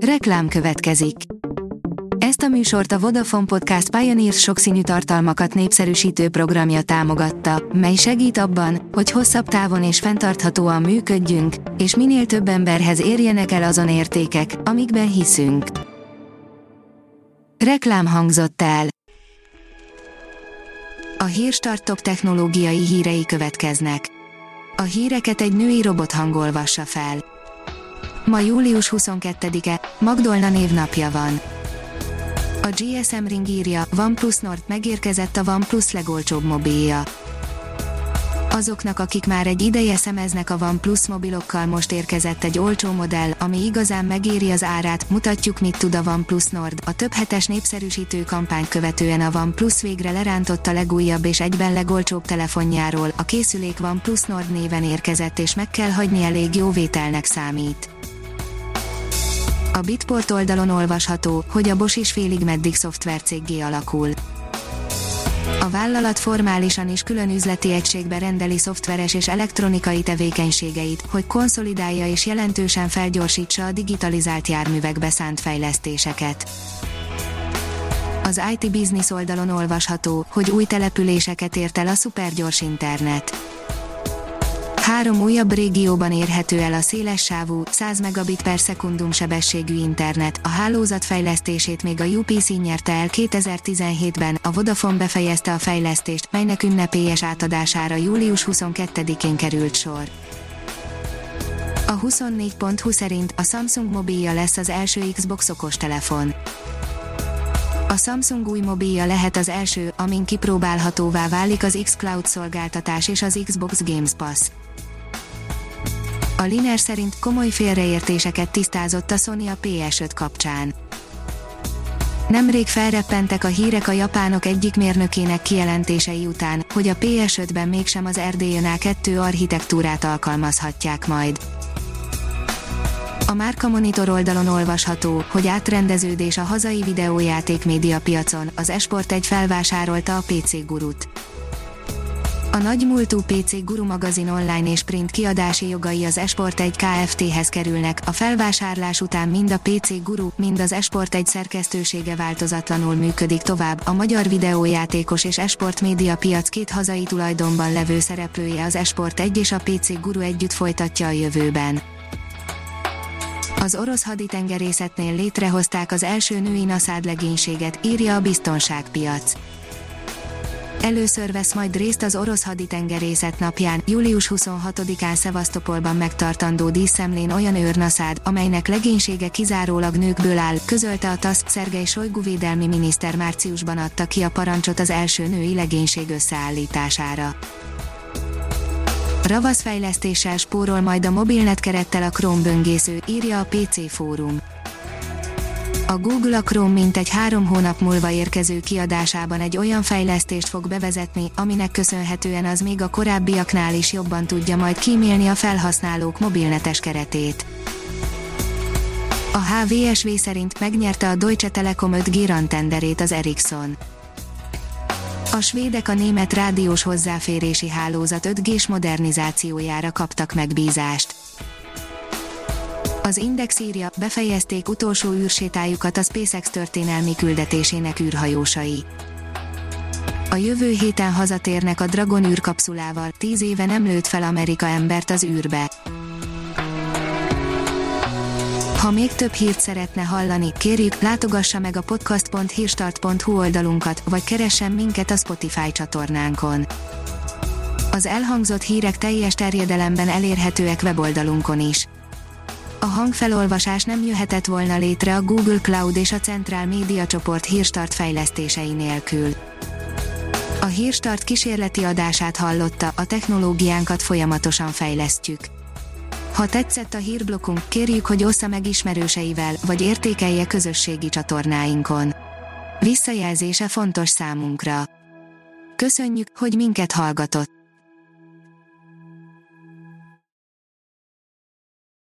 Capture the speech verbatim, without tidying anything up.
Reklám következik. Ezt a műsort a Vodafone Podcast Pioneers sokszínű tartalmakat népszerűsítő programja támogatta, mely segít abban, hogy hosszabb távon és fenntarthatóan működjünk, és minél több emberhez érjenek el azon értékek, amikben hiszünk. Reklám hangzott el. A Hírstart top technológiai hírei következnek. A híreket egy női robot hangolvassa fel. Ma július huszonkettedike, Magdolna névnapja van. A gé es em Ring írja, OnePlus Nord megérkezett a OnePlus legolcsóbb mobilja. Azoknak, akik már egy ideje szemeznek a OnePlus mobilokkal, most érkezett egy olcsó modell, ami igazán megéri az árát, mutatjuk, mit tud a OnePlus Nord. A több hetes népszerűsítő kampányt követően a OnePlus végre lerántott a legújabb és egyben legolcsóbb telefonjáról, a készülék OnePlus Nord néven érkezett és meg kell hagyni, elég jó vételnek számít. A Bitport oldalon olvasható, hogy a Bosch is félig meddig szoftvercéggé alakul. A vállalat formálisan is külön üzleti egységbe rendeli szoftveres és elektronikai tevékenységeit, hogy konszolidálja és jelentősen felgyorsítsa a digitalizált járművekbe szánt fejlesztéseket. Az i té Business oldalon olvasható, hogy új településeket ért el a szupergyors internet. Három újabb régióban érhető el a szélessávú, száz megabit per szekundum sebességű internet, a hálózat fejlesztését még a u pé cé nyerte el kétezer-tizenhétben, a Vodafone befejezte a fejlesztést, melynek ünnepélyes átadására július huszonkettedikén került sor. A huszonnégy pont hu szerint a Samsung mobilja lesz az első Xbox okostelefon. A Samsung új mobilja lehet az első, amin kipróbálhatóvá válik az xCloud szolgáltatás és az Xbox Games Pass. A Liner szerint komoly félreértéseket tisztázott a Sony a pé es öt kapcsán. Nemrég felreppentek a hírek a japánok egyik mérnökének kijelentései után, hogy a pé es ötben mégsem az er dé en á kettő architektúrát alkalmazhatják majd. A Márka Monitor oldalon olvasható, hogy átrendeződés a hazai videójáték médiapiacon, az eSport egy felvásárolta a pé cé Gurut. A nagy múltú pé cé Guru magazin online és print kiadási jogai az eSport egy Kft-hez kerülnek, a felvásárlás után mind a pé cé Guru, mind az eSport egy szerkesztősége változatlanul működik tovább. A magyar videójátékos és eSport média piac két hazai tulajdonban levő szereplője, az eSport egy és a pé cé Guru együtt folytatja a jövőben. Az orosz haditengerészetnél létrehozták az első női NASAD legénységet, írja a Biztonságpiac. Először vesz majd részt az orosz haditengerészet napján, július huszonhatodikán Szevasztopolban megtartandó díszemlén olyan őrnaszád, amelynek legénysége kizárólag nőkből áll, közölte a TASZ. Szergej Sojgu védelmi miniszter márciusban adta ki a parancsot az első női legénység összeállítására. Ravaszfejlesztéssel spórol majd a mobilnet kerettel a Chrome böngésző, írja a pé cé Fórum. A Google a Chrome mintegy három hónap múlva érkező kiadásában egy olyan fejlesztést fog bevezetni, aminek köszönhetően az még a korábbiaknál is jobban tudja majd kímélni a felhasználók mobilnetes keretét. A há vé es vé szerint megnyerte a Deutsche Telekom öt G RAN tenderét az Ericsson. A svédek a német rádiós hozzáférési hálózat öt G-s modernizációjára kaptak megbízást. Az Index írja, befejezték utolsó űrsétájukat a SpaceX történelmi küldetésének űrhajósai. A jövő héten hazatérnek a Dragon űrkapszulával, tíz éve nem lőtt fel Amerika embert az űrbe. Ha még több hírt szeretne hallani, kérjük, látogassa meg a podcast pont hírstart pont hu oldalunkat, vagy keressen minket a Spotify csatornánkon. Az elhangzott hírek teljes terjedelemben elérhetőek weboldalunkon is. A hangfelolvasás nem jöhetett volna létre a Google Cloud és a Central Media csoport Hírstart fejlesztései nélkül. A Hírstart kísérleti adását hallotta, a technológiánkat folyamatosan fejlesztjük. Ha tetszett a hírblokkunk, kérjük, hogy ossza meg ismerőseivel, vagy értékelje közösségi csatornáinkon. Visszajelzése fontos számunkra. Köszönjük, hogy minket hallgatott!